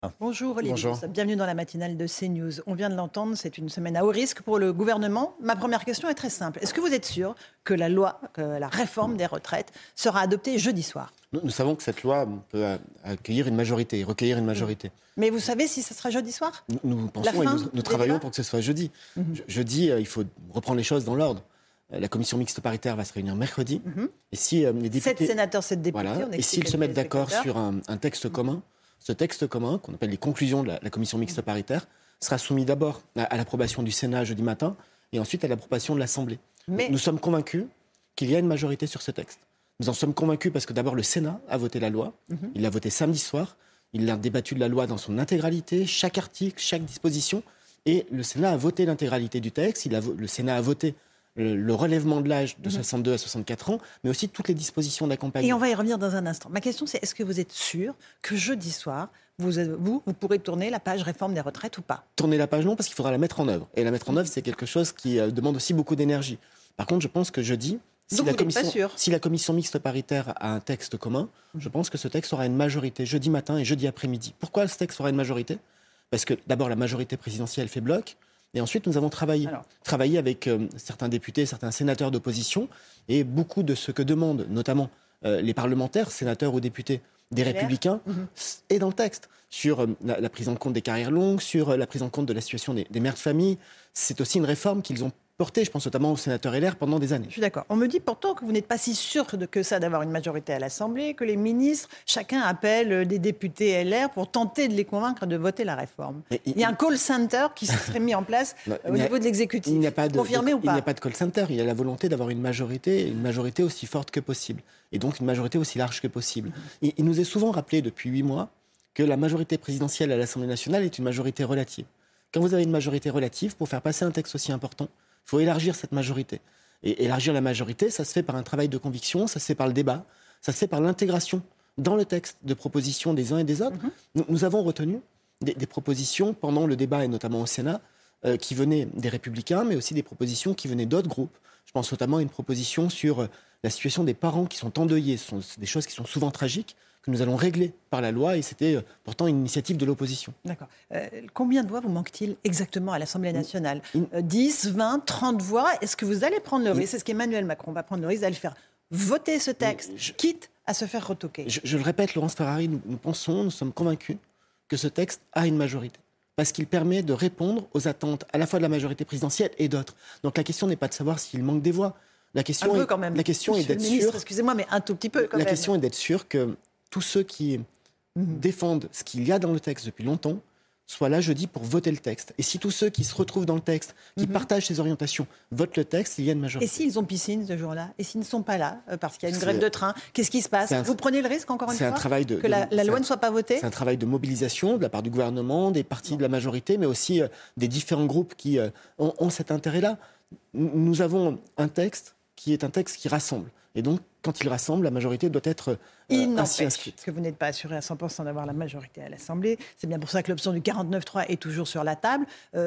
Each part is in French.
Bonjour Olivier, Bonjour. bienvenue dans la matinale de CNews. On vient de l'entendre, c'est une semaine à haut risque pour le gouvernement. Ma première question est très simple. Est-ce que vous êtes sûr que la réforme des retraites sera adoptée jeudi soir? Nous savons que cette loi peut accueillir une majorité, recueillir une majorité. Mais vous savez si ce sera jeudi soir? Nous pensons et nous travaillons pour que ce soit jeudi. Jeudi, il faut reprendre les choses dans l'ordre. La commission mixte paritaire va se réunir mercredi. Et si les députés... 7 sénateurs, 7 députés. Voilà. Et s'ils se mettent d'accord sur un texte commun, ce texte commun, qu'on appelle les conclusions de la commission mixte paritaire, sera soumis d'abord à l'approbation du Sénat jeudi matin et ensuite à l'approbation de l'Assemblée. Mais... Nous sommes convaincus qu'il y a une majorité sur ce texte. Nous en sommes convaincus parce que d'abord le Sénat a voté la loi. Il l'a voté samedi soir. Il a débattu de la loi dans son intégralité, chaque article, chaque disposition. Et le Sénat a voté l'intégralité du texte. Le Sénat a voté le relèvement de l'âge de 62 à 64 ans, mais aussi toutes les dispositions d'accompagnement. Et on va y revenir dans un instant. Ma question, c'est est-ce que vous êtes sûr que jeudi soir, vous pourrez tourner la page réforme des retraites ou pas? Tourner la page, non, parce qu'il faudra la mettre en œuvre. Et la mettre en œuvre, c'est quelque chose qui demande aussi beaucoup d'énergie. Par contre, je pense que jeudi, si la commission mixte paritaire a un texte commun, je pense que ce texte aura une majorité jeudi matin et jeudi après-midi. Pourquoi ce texte aura une majorité? Parce que d'abord, la majorité présidentielle fait bloc. Et ensuite, nous avons travaillé avec certains députés, certains sénateurs d'opposition. Et beaucoup de ce que demandent, notamment les parlementaires, sénateurs ou députés des Républicains, est dans le texte. Sur la prise en compte des carrières longues, sur la prise en compte de la situation des mères de famille. C'est aussi une réforme qu'ils ont portée, je pense notamment aux sénateurs LR, pendant des années. Je suis d'accord. On me dit pourtant que vous n'êtes pas si sûr que ça d'avoir une majorité à l'Assemblée, que les ministres, chacun appelle des députés LR pour tenter de les convaincre de voter la réforme. Il y a un call center qui se serait mis en place au niveau de l'exécutif. Confirmé ou pas? Il n'y a pas de call center. Il y a la volonté d'avoir une majorité aussi forte que possible. Et donc une majorité aussi large que possible. Il nous est souvent rappelé depuis 8 mois que la majorité présidentielle à l'Assemblée nationale est une majorité relative. Quand vous avez une majorité relative, pour faire passer un texte aussi important, il faut élargir cette majorité. Et élargir la majorité, ça se fait par un travail de conviction, ça se fait par le débat, ça se fait par l'intégration dans le texte de propositions des uns et des autres. Nous avons retenu des propositions pendant le débat, et notamment au Sénat, qui venaient des Républicains, mais aussi des propositions qui venaient d'autres groupes. Je pense notamment à une proposition sur la situation des parents qui sont endeuillés. Ce sont des choses qui sont souvent tragiques, que nous allons régler par la loi, et c'était pourtant une initiative de l'opposition. D'accord. Combien de voix vous manque-t-il exactement à l'Assemblée nationale? 10, 20, 30 voix? Est-ce que vous allez prendre le risque, c'est ce qu'Emmanuel Macron va prendre le risque d'aller faire voter ce texte, quitte à se faire retoquer? Je le répète, Laurence Ferrari, nous sommes convaincus que ce texte a une majorité. Parce qu'il permet de répondre aux attentes à la fois de la majorité présidentielle et d'autres. Donc la question n'est pas de savoir s'il manque des voix. La question est d'être sûr. Excusez-moi, mais un tout petit peu quand même. La question est d'être sûr que tous ceux qui défendent ce qu'il y a dans le texte depuis longtemps soient là jeudi pour voter le texte. Et si tous ceux qui se retrouvent dans le texte, qui partagent ces orientations, votent le texte, il y a une majorité. Et s'ils ont piscine ce jour-là? Et s'ils ne sont pas là parce qu'il y a une grève de train? Qu'est-ce qui se passe? Vous prenez le risque, encore une fois, que la loi ne soit pas votée? C'est un travail de mobilisation de la part du gouvernement, des partis de la majorité, mais aussi des différents groupes qui ont cet intérêt-là. Nous avons un texte qui est un texte qui rassemble. Et donc, quand il rassemble, la majorité doit être ainsi inscrite. Parce que vous n'êtes pas assuré à 100% d'avoir la majorité à l'Assemblée. C'est bien pour ça que l'option du 49-3 est toujours sur la table.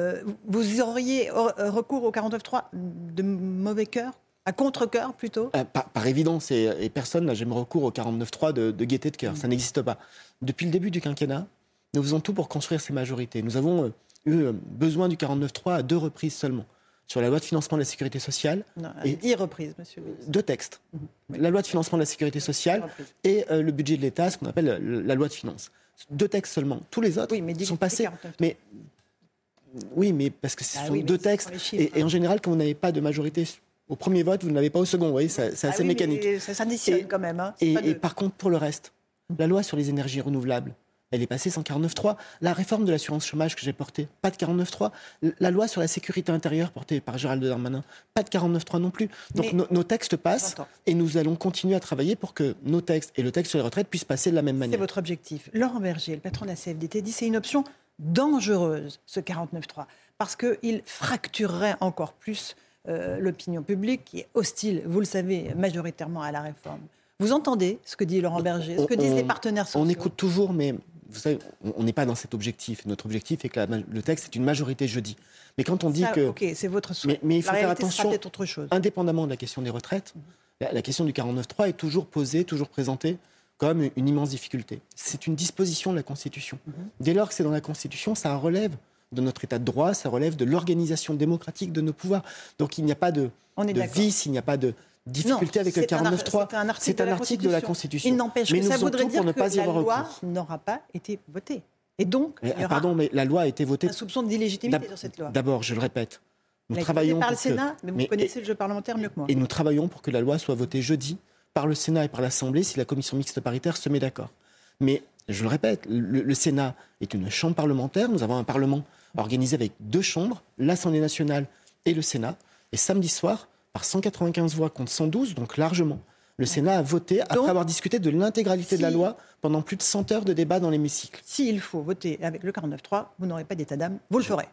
Vous auriez recours au 49-3 de mauvais cœur? À contre-cœur, plutôt? Par évidence, et personne n'a jamais recours au 49-3 de gaieté de cœur. Ça n'existe pas. Depuis le début du quinquennat, nous faisons tout pour construire ces majorités. Nous avons eu besoin du 49-3 à 2 reprises seulement. Sur la loi de financement de la sécurité sociale. Non, 10 reprises, monsieur. 2 textes. La loi de financement de la sécurité sociale et le budget de l'État, ce qu'on appelle la loi de finances. 2 textes seulement. Tous les autres sont passés. Mais parce que ce sont 2 textes. Et en général, quand vous n'avez pas de majorité au premier vote, vous ne l'avez pas au second. Vous voyez, c'est assez mécanique. Ça s'additionne quand même. Et par contre, pour le reste, la loi sur les énergies renouvelables, elle est passée sans 49.3. La réforme de l'assurance chômage que j'ai portée, pas de 49.3. La loi sur la sécurité intérieure portée par Gérald Darmanin, pas de 49.3 non plus. Donc nos textes passent et nous allons continuer à travailler pour que nos textes et le texte sur les retraites puissent passer de la même manière. C'est votre objectif. Laurent Berger, le patron de la CFDT, dit que c'est une option dangereuse, ce 49.3, parce qu'il fracturerait encore plus l'opinion publique qui est hostile, vous le savez, majoritairement à la réforme. Vous entendez ce que dit Laurent Berger, ce que disent les partenaires sociaux? On écoute toujours, mais vous savez, on n'est pas dans cet objectif. Notre objectif est que le texte est une majorité jeudi. Mais quand on dit que... Ok, c'est votre souhait. Mais il faut faire attention, peut-être autre chose. Indépendamment de la question des retraites, la question du 49.3 est toujours posée, toujours présentée comme une immense difficulté. C'est une disposition de la Constitution. Dès lors que c'est dans la Constitution, ça relève de notre état de droit, ça relève de l'organisation démocratique de nos pouvoirs. Donc il n'y a pas de vice, il n'y a pas de difficulté avec le 49.3. C'est un article de la Constitution. Il n'empêche que ça voudrait dire que la loi n'aura pas été votée. Et donc, il y aura mais la loi a été votée. Un soupçon de d'illégitimité sur cette loi. D'abord, je le répète, nous travaillons par le Sénat, mais vous connaissez le jeu parlementaire mieux que moi. Et nous travaillons pour que la loi soit votée jeudi par le Sénat et par l'Assemblée si la commission mixte paritaire se met d'accord. Mais, je le répète, le Sénat est une chambre parlementaire. Nous avons un Parlement organisé avec 2 chambres, l'Assemblée nationale et le Sénat. Et samedi soir, par 195 voix contre 112, donc largement, le Sénat a voté après avoir discuté de l'intégralité de la loi pendant plus de 100 heures de débat dans l'hémicycle. S'il faut voter avec le 49.3, vous n'aurez pas d'état d'âme, vous le ferez.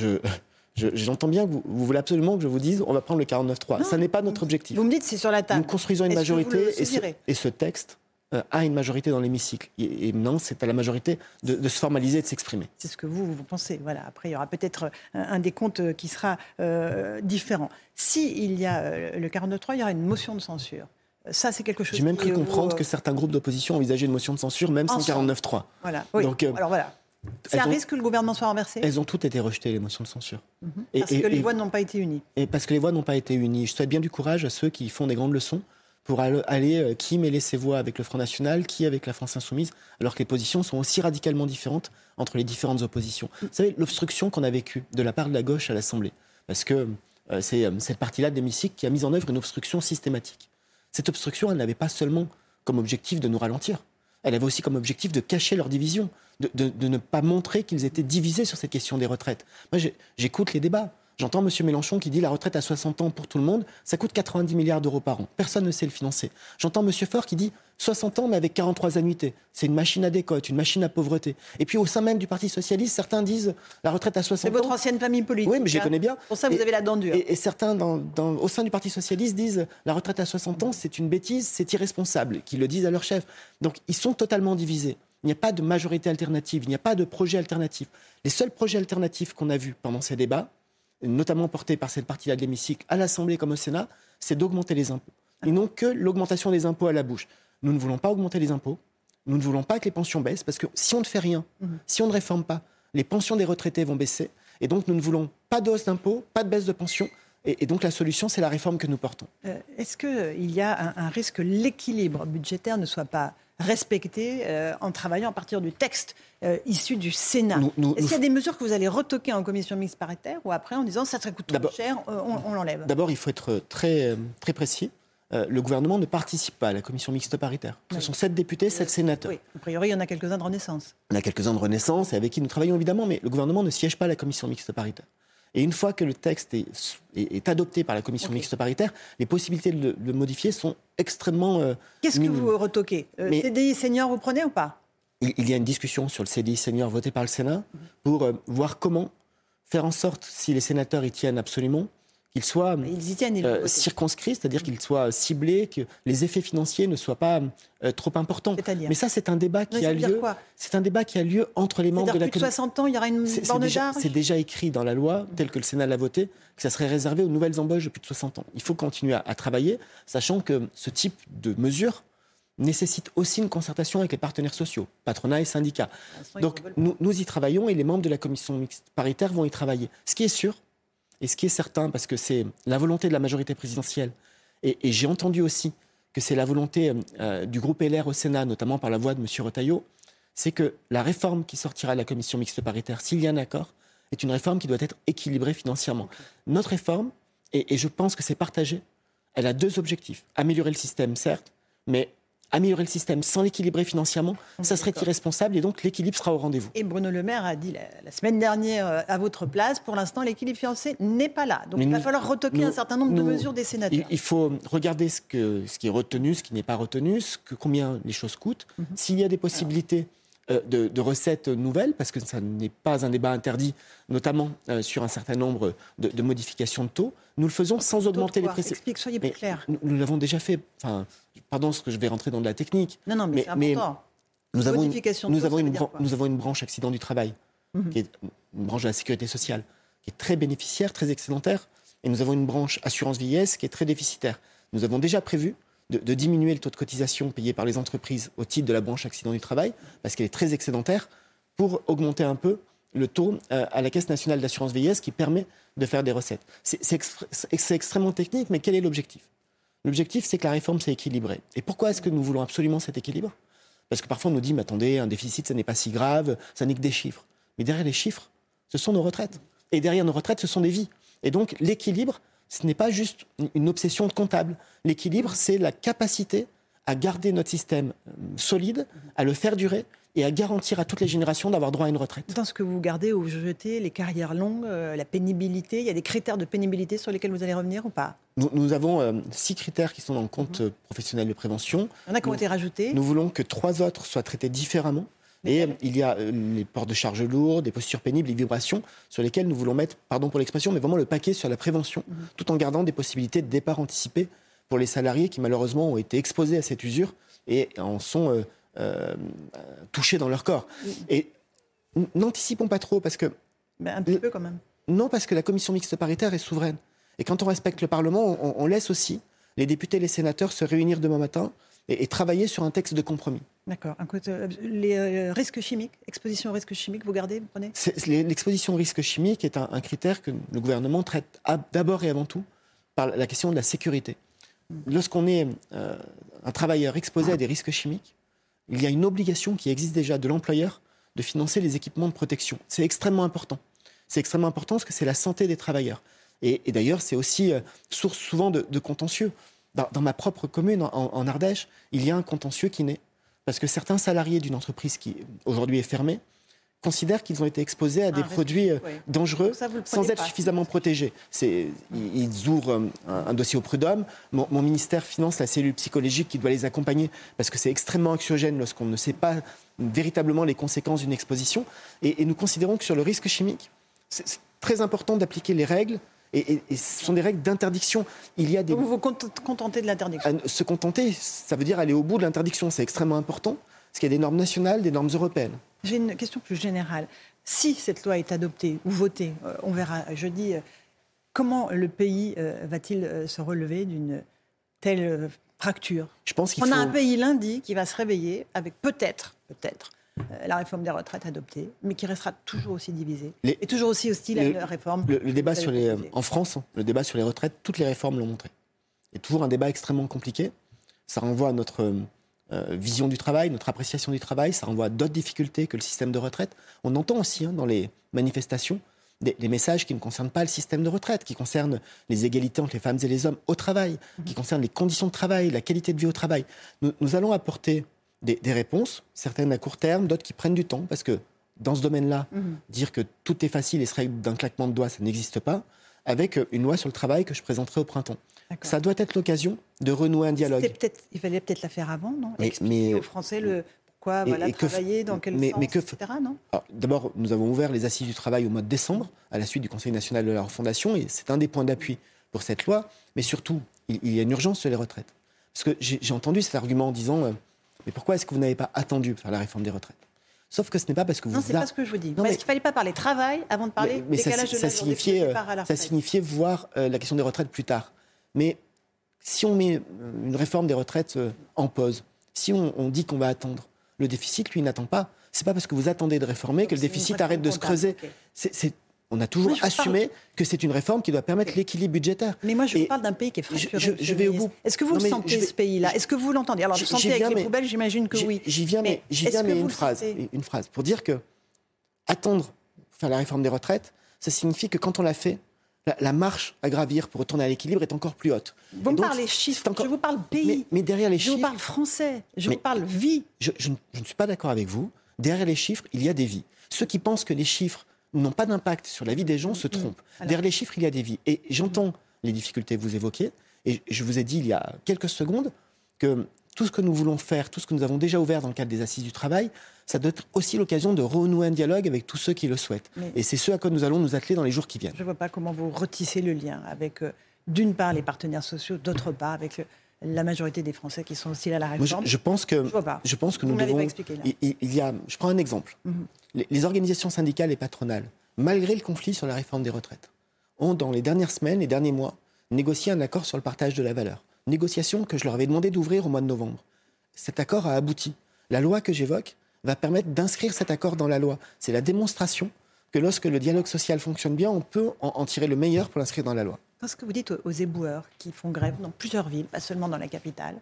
J'entends bien que vous voulez absolument que je vous dise on va prendre le 49.3. Ça n'est pas notre objectif. Vous me dites c'est sur la table. Nous construisons une majorité et ce texte a une majorité dans l'hémicycle. Et non, c'est à la majorité de se formaliser et de s'exprimer. C'est ce que vous pensez. Voilà. Après, il y aura peut-être un décompte qui sera différent. S'il y a le 49.3, il y aura une motion de censure. Ça, c'est quelque chose. J'ai même cru comprendre que certains groupes d'opposition envisageaient une motion de censure, même sans 49.3. Voilà. Oui. Donc, alors voilà. C'est un risque que le gouvernement soit renversé ? Elles ont toutes été rejetées, les motions de censure. Parce que les voix n'ont pas été unies. Et parce que les voix n'ont pas été unies. Je souhaite bien du courage à ceux qui font des grandes leçons pour aller qui mêler ses voix avec le Front National, qui avec la France Insoumise, alors que les positions sont aussi radicalement différentes entre les différentes oppositions. Vous savez, l'obstruction qu'on a vécue de la part de la gauche à l'Assemblée, parce que c'est cette partie-là de l'hémicycle qui a mis en œuvre une obstruction systématique. Cette obstruction, elle n'avait pas seulement comme objectif de nous ralentir. Elle avait aussi comme objectif de cacher leur division, de ne pas montrer qu'ils étaient divisés sur cette question des retraites. Moi, j'écoute les débats. J'entends M. Mélenchon qui dit la retraite à 60 ans pour tout le monde, ça coûte 90 milliards d'euros par an. Personne ne sait le financer. J'entends M. Faure qui dit 60 ans mais avec 43 annuités. C'est une machine à décote, une machine à pauvreté. Et puis au sein même du Parti Socialiste, certains disent la retraite à 60 ans... C'est votre ancienne famille politique. Oui, mais je les connais bien. Pour ça, vous avez la dent dure. Et certains au sein du Parti Socialiste disent la retraite à 60 ans, c'est une bêtise, c'est irresponsable, qu'ils le disent à leur chef. Donc ils sont totalement divisés. Il n'y a pas de majorité alternative, il n'y a pas de projet alternatif. Les seuls projets alternatifs qu'on a vus pendant ces débats, notamment portés par cette partie-là de l'hémicycle, à l'Assemblée comme au Sénat, c'est d'augmenter les impôts. Ils n'ont que l'augmentation des impôts à la bouche. Nous ne voulons pas augmenter les impôts, nous ne voulons pas que les pensions baissent, parce que si on ne fait rien, si on ne réforme pas, les pensions des retraités vont baisser, et donc nous ne voulons pas de hausse d'impôts, pas de baisse de pensions, et donc la solution, c'est la réforme que nous portons. Est-ce qu'il y a un risque que l'équilibre budgétaire ne soit pas respecté en travaillant à partir du texte issu du Sénat? Est-ce qu'il y a des mesures que vous allez retoquer en commission mixte paritaire ou après en disant ça coûte trop cher, on l'enlève? D'abord, il faut être très, très précis. Le gouvernement ne participe pas à la commission mixte paritaire. Ce sont 7 députés, 7 sénateurs. Oui, a priori, il y en a quelques-uns de Renaissance. Il y en a quelques-uns de Renaissance et avec qui nous travaillons évidemment, mais le gouvernement ne siège pas à la commission mixte paritaire. Et une fois que le texte est adopté par la commission mixte paritaire, les possibilités de le modifier sont extrêmement Qu'est-ce que vous retoquez CDI senior, vous prenez ou pas? Il y a une discussion sur le CDI senior voté par le Sénat pour voir comment faire en sorte, si les sénateurs y tiennent absolument, qu'ils soient circonscrits, c'est-à-dire qu'ils soient ciblés, que les effets financiers ne soient pas trop importants. Mais ça, c'est un débat qui a lieu. C'est un débat qui a lieu entre les membres de la commission. Plus de 60 ans, il y aura une borne d'âge. C'est déjà écrit dans la loi, telle que le Sénat l'a votée, que ça serait réservé aux nouvelles embauches de plus de 60 ans. Il faut continuer à travailler, sachant que ce type de mesures nécessite aussi une concertation avec les partenaires sociaux, patronat et syndicats. Donc nous y travaillons et les membres de la commission mixte paritaire vont y travailler. Ce qui est sûr, et ce qui est certain, parce que c'est la volonté de la majorité présidentielle, et j'ai entendu aussi que c'est la volonté du groupe LR au Sénat, notamment par la voix de M. Retailleau, c'est que la réforme qui sortira de la commission mixte paritaire, s'il y a un accord, est une réforme qui doit être équilibrée financièrement. Notre réforme, et je pense que c'est partagé, elle a 2 objectifs. Améliorer le système, certes, mais améliorer le système sans l'équilibrer financièrement, ça serait irresponsable et donc l'équilibre sera au rendez-vous. Et Bruno Le Maire a dit la semaine dernière à votre place, pour l'instant l'équilibre financier n'est pas là. Donc il va falloir retoquer un certain nombre de mesures des sénateurs. Il faut regarder ce qui est retenu, ce qui n'est pas retenu, combien les choses coûtent. S'il y a des possibilités de recettes nouvelles, parce que ça n'est pas un débat interdit, notamment sur un certain nombre de modifications de taux, nous le faisons sans augmenter les prix. Explique, soyez plus clair. Nous l'avons déjà fait. Enfin, pardon, parce que je vais rentrer dans de la technique. Non, mais c'est important. Nous avons une branche accident du travail, qui est une branche de la sécurité sociale, qui est très bénéficiaire, très excédentaire, et nous avons une branche assurance vieillesse qui est très déficitaire. Nous avons déjà prévu de diminuer le taux de cotisation payé par les entreprises au titre de la branche accident du travail, parce qu'elle est très excédentaire, pour augmenter un peu le taux à la Caisse nationale d'assurance vieillesse qui permet de faire des recettes. C'est extrêmement technique, mais quel est l'objectif ? L'objectif, c'est que la réforme soit équilibrée. Et pourquoi est-ce que nous voulons absolument cet équilibre ? Parce que parfois on nous dit, mais attendez, un déficit, ça n'est pas si grave, ça n'est que des chiffres. Mais derrière les chiffres, ce sont nos retraites. Et derrière nos retraites, ce sont des vies. Et donc l'équilibre, ce n'est pas juste une obsession comptable. L'équilibre, c'est la capacité à garder notre système solide, à le faire durer et à garantir à toutes les générations d'avoir droit à une retraite. Dans ce que vous gardez ou vous jetez, les carrières longues, la pénibilité, il y a des critères de pénibilité sur lesquels vous allez revenir ou pas ? Nous avons 6 critères qui sont dans le compte professionnel de prévention. Il y en a qui ont été rajoutés. Nous voulons que 3 autres soient traités différemment. Et il y a les ports de charges lourdes, des postures pénibles, les vibrations, sur lesquelles nous voulons mettre, pardon pour l'expression, mais vraiment le paquet sur la prévention, tout en gardant des possibilités de départ anticipé pour les salariés qui malheureusement ont été exposés à cette usure et en sont touchés dans leur corps. Et n'anticipons pas trop parce que... Mais un petit peu quand même. Non, parce que la commission mixte paritaire est souveraine. Et quand on respecte le Parlement, on laisse aussi les députés et les sénateurs se réunir demain matin et travailler sur un texte de compromis. D'accord. Les risques chimiques, exposition aux risques chimiques, vous gardez, vous prenez ? L'exposition aux risques chimiques est un critère que le gouvernement traite d'abord et avant tout par la question de la sécurité. Lorsqu'on est un travailleur exposé à des risques chimiques, il y a une obligation qui existe déjà de l'employeur de financer les équipements de protection. C'est extrêmement important. C'est extrêmement important parce que c'est la santé des travailleurs. Et d'ailleurs, c'est aussi source souvent de contentieux. Dans ma propre commune, en Ardèche, il y a un contentieux qui naît. Parce que certains salariés d'une entreprise qui aujourd'hui est fermée considèrent qu'ils ont été exposés à des produits dangereux sans être suffisamment protégés. Ils ouvrent un dossier au prud'homme. Mon ministère finance la cellule psychologique qui doit les accompagner parce que c'est extrêmement anxiogène lorsqu'on ne sait pas véritablement les conséquences d'une exposition. Et nous considérons que sur le risque chimique, c'est très important d'appliquer les règles. Et ce sont des règles d'interdiction. Vous vous contentez de l'interdiction ? Se contenter, ça veut dire aller au bout de l'interdiction. C'est extrêmement important, parce qu'il y a des normes nationales, des normes européennes. J'ai une question plus générale. Si cette loi est adoptée ou votée, on verra jeudi, comment le pays va-t-il se relever d'une telle fracture ? Je pense On a un pays lundi qui va se réveiller avec peut-être, la réforme des retraites adoptée, mais qui restera toujours aussi divisé et toujours aussi hostile à la réforme. Le débat en France, le débat sur les retraites, toutes les réformes l'ont montré. C'est toujours un débat extrêmement compliqué. Ça renvoie à notre vision du travail, notre appréciation du travail. Ça renvoie à d'autres difficultés que le système de retraite. On entend aussi dans les manifestations des messages qui ne concernent pas le système de retraite, qui concernent les égalités entre les femmes et les hommes au travail, qui concernent les conditions de travail, la qualité de vie au travail. Nous allons apporter des réponses, certaines à court terme, d'autres qui prennent du temps, parce que dans ce domaine-là, dire que tout est facile et serait d'un claquement de doigts, ça n'existe pas, avec une loi sur le travail que je présenterai au printemps. D'accord. Ça doit être l'occasion de renouer un dialogue. Il fallait peut-être la faire avant, non ? Mais aux Français pourquoi travailler, dans quel sens, etc. Non ? Alors, d'abord, nous avons ouvert les assises du travail au mois de décembre, à la suite du Conseil national de la refondation, et c'est un des points d'appui pour cette loi. Mais surtout, il y a une urgence sur les retraites. Parce que j'ai entendu cet argument en disant... Mais pourquoi est-ce que vous n'avez pas attendu pour faire la réforme des retraites ? Sauf que ce n'est pas parce que vous... Non, c'est pas ce que je vous dis. Parce qu'il ne fallait pas parler travail avant de parler décalage de l'âge de départ à la retraite. Ça signifiait voir la question des retraites plus tard. Mais si on met une réforme des retraites en pause, si on dit qu'on va attendre, le déficit, lui, n'attend pas. C'est pas parce que vous attendez de réformer que le déficit arrête de se creuser. Okay. On a toujours assumé que c'est une réforme qui doit permettre l'équilibre budgétaire. Mais moi, je vous parle d'un pays qui est fracturé. Je vais au bout. Est-ce que vous le sentez, ce pays-là ? Est-ce que vous l'entendez ? Alors, vous le sentez avec les poubelles, j'imagine que oui. J'y viens, mais une phrase. Pour dire que attendre pour faire la réforme des retraites, ça signifie que quand on l'a fait, la marche à gravir pour retourner à l'équilibre est encore plus haute. Vous me parlez chiffres, je vous parle pays. Mais derrière les chiffres... Je vous parle français, je vous parle vie. Je ne suis pas d'accord avec vous. Derrière les chiffres, il y a des vies. Ceux qui pensent que les chiffres n'ont pas d'impact sur la vie des gens se trompent. Derrière les chiffres, il y a des vies. Et j'entends les difficultés que vous évoquez. Et je vous ai dit il y a quelques secondes que tout ce que nous voulons faire, tout ce que nous avons déjà ouvert dans le cadre des assises du travail, ça doit être aussi l'occasion de renouer un dialogue avec tous ceux qui le souhaitent. Et c'est ce à quoi nous allons nous atteler dans les jours qui viennent. Je ne vois pas comment vous retissez le lien avec, d'une part, les partenaires sociaux, d'autre part, avec la majorité des Français qui sont hostiles à la réforme. Moi, je pense que nous devons... Je prends un exemple. Les organisations syndicales et patronales, malgré le conflit sur la réforme des retraites, ont, dans les dernières semaines, les derniers mois, négocié un accord sur le partage de la valeur. négociation que je leur avais demandé d'ouvrir au mois de novembre. Cet accord a abouti. La loi que j'évoque va permettre d'inscrire cet accord dans la loi. C'est la démonstration que lorsque le dialogue social fonctionne bien, on peut en tirer le meilleur pour l'inscrire dans la loi. Qu'est-ce que vous dites aux éboueurs qui font grève dans plusieurs villes, pas seulement dans la capitale?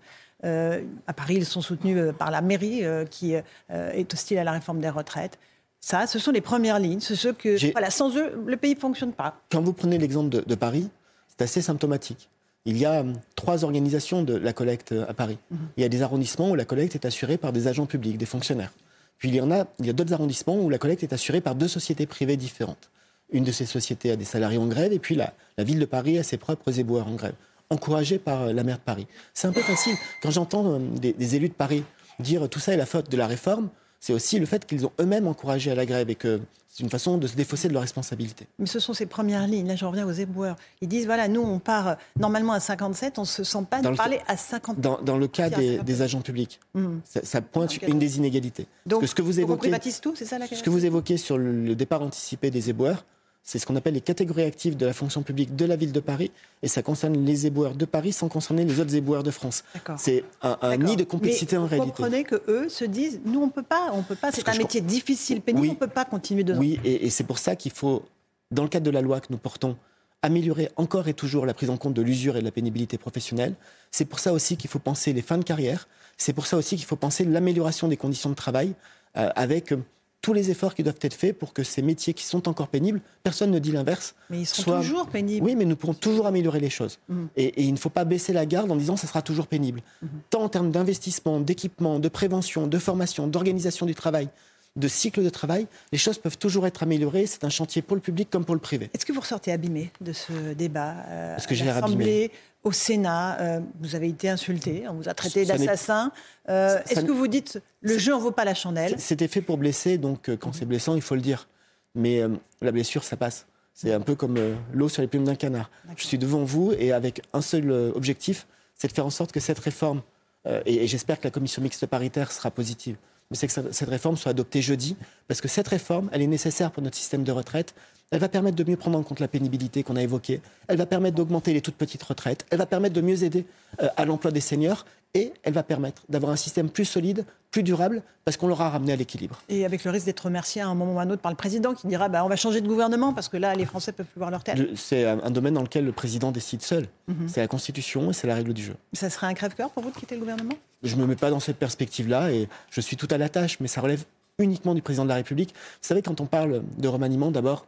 À Paris, ils sont soutenus par la mairie qui est hostile à la réforme des retraites. Ça, ce sont les premières lignes. C'est ceux que, voilà, sans eux, le pays ne fonctionne pas. Quand vous prenez l'exemple de Paris, c'est assez symptomatique. Il y a 3 organisations de la collecte à Paris. Il y a des arrondissements où la collecte est assurée par des agents publics, des fonctionnaires. Puis il y a d'autres arrondissements où la collecte est assurée par 2 sociétés privées différentes. Une de ces sociétés a des salariés en grève et puis la ville de Paris a ses propres éboueurs en grève, encouragés par la maire de Paris. C'est un peu facile. Quand j'entends des élus de Paris dire tout ça est la faute de la réforme, c'est aussi le fait qu'ils ont eux-mêmes encouragé à la grève et que c'est une façon de se défausser de leurs responsabilités. Mais ce sont ces premières lignes. Là, je reviens aux éboueurs. Ils disent, voilà, nous, on part normalement à 57, on ne se sent pas de parler à 50. Dans le cas des agents publics, ça pointe une des inégalités. Donc, ce que vous évoquez, on privatise tout, c'est ça la question? Ce que vous évoquez sur le départ anticipé des éboueurs, c'est ce qu'on appelle les catégories actives de la fonction publique de la ville de Paris, et ça concerne les éboueurs de Paris sans concerner les autres éboueurs de France. C'est un nid de complicité en réalité. Vous comprenez qu'eux se disent, nous on peut pas, c'est un métier difficile, pénible, on ne peut pas continuer dedans. Oui, et c'est pour ça qu'il faut, dans le cadre de la loi que nous portons, améliorer encore et toujours la prise en compte de l'usure et de la pénibilité professionnelle. C'est pour ça aussi qu'il faut penser les fins de carrière, c'est pour ça aussi qu'il faut penser l'amélioration des conditions de travail avec tous les efforts qui doivent être faits pour que ces métiers qui sont encore pénibles, personne ne dit l'inverse. Mais ils seront toujours pénibles. Oui, mais nous pourrons toujours améliorer les choses. Et il ne faut pas baisser la garde en disant que ça sera toujours pénible. Tant en termes d'investissement, d'équipement, de prévention, de formation, d'organisation du travail, de cycle de travail, les choses peuvent toujours être améliorées. C'est un chantier pour le public comme pour le privé. Est-ce que vous ressortez abîmé de ce débat Est-ce que j'ai l'air abîmé au Sénat? Vous avez été insulté, on vous a traité d'assassin. Est-ce que vous dites, le jeu en vaut pas la chandelle? C'était fait pour blesser, donc quand c'est blessant, il faut le dire. Mais la blessure, ça passe. C'est un peu comme l'eau sur les plumes d'un canard. Je suis devant vous et avec un seul objectif, c'est de faire en sorte que cette réforme, et j'espère que la commission mixte paritaire sera positive, mais c'est que cette réforme soit adoptée jeudi, parce que cette réforme, elle est nécessaire pour notre système de retraite. Elle va permettre de mieux prendre en compte la pénibilité qu'on a évoquée. Elle va permettre d'augmenter les toutes petites retraites. Elle va permettre de mieux aider à l'emploi des seniors. Et elle va permettre d'avoir un système plus solide, plus durable, parce qu'on l'aura ramené à l'équilibre. Et avec le risque d'être remercié à un moment ou à un autre par le président qui dira on va changer de gouvernement parce que là, les Français ne peuvent plus voir leur tête. C'est un domaine dans lequel le président décide seul. C'est la Constitution et c'est la règle du jeu. Ça serait un crève-cœur pour vous de quitter le gouvernement? Je ne me mets pas dans cette perspective-là et je suis tout à la tâche, mais ça relève uniquement du président de la République. Vous savez, quand on parle de remaniement, d'abord,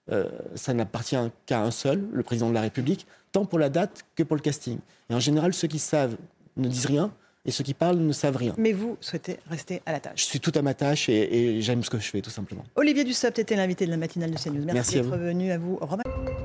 ça n'appartient qu'à un seul, le président de la République, tant pour la date que pour le casting. Et en général, ceux qui savent ne disent rien, et ceux qui parlent ne savent rien. Mais vous souhaitez rester à la tâche? Je suis tout à ma tâche et j'aime ce que je fais, tout simplement. Olivier Dussopt était l'invité de la matinale de CNews. Merci d'être venu à vous. Au revoir.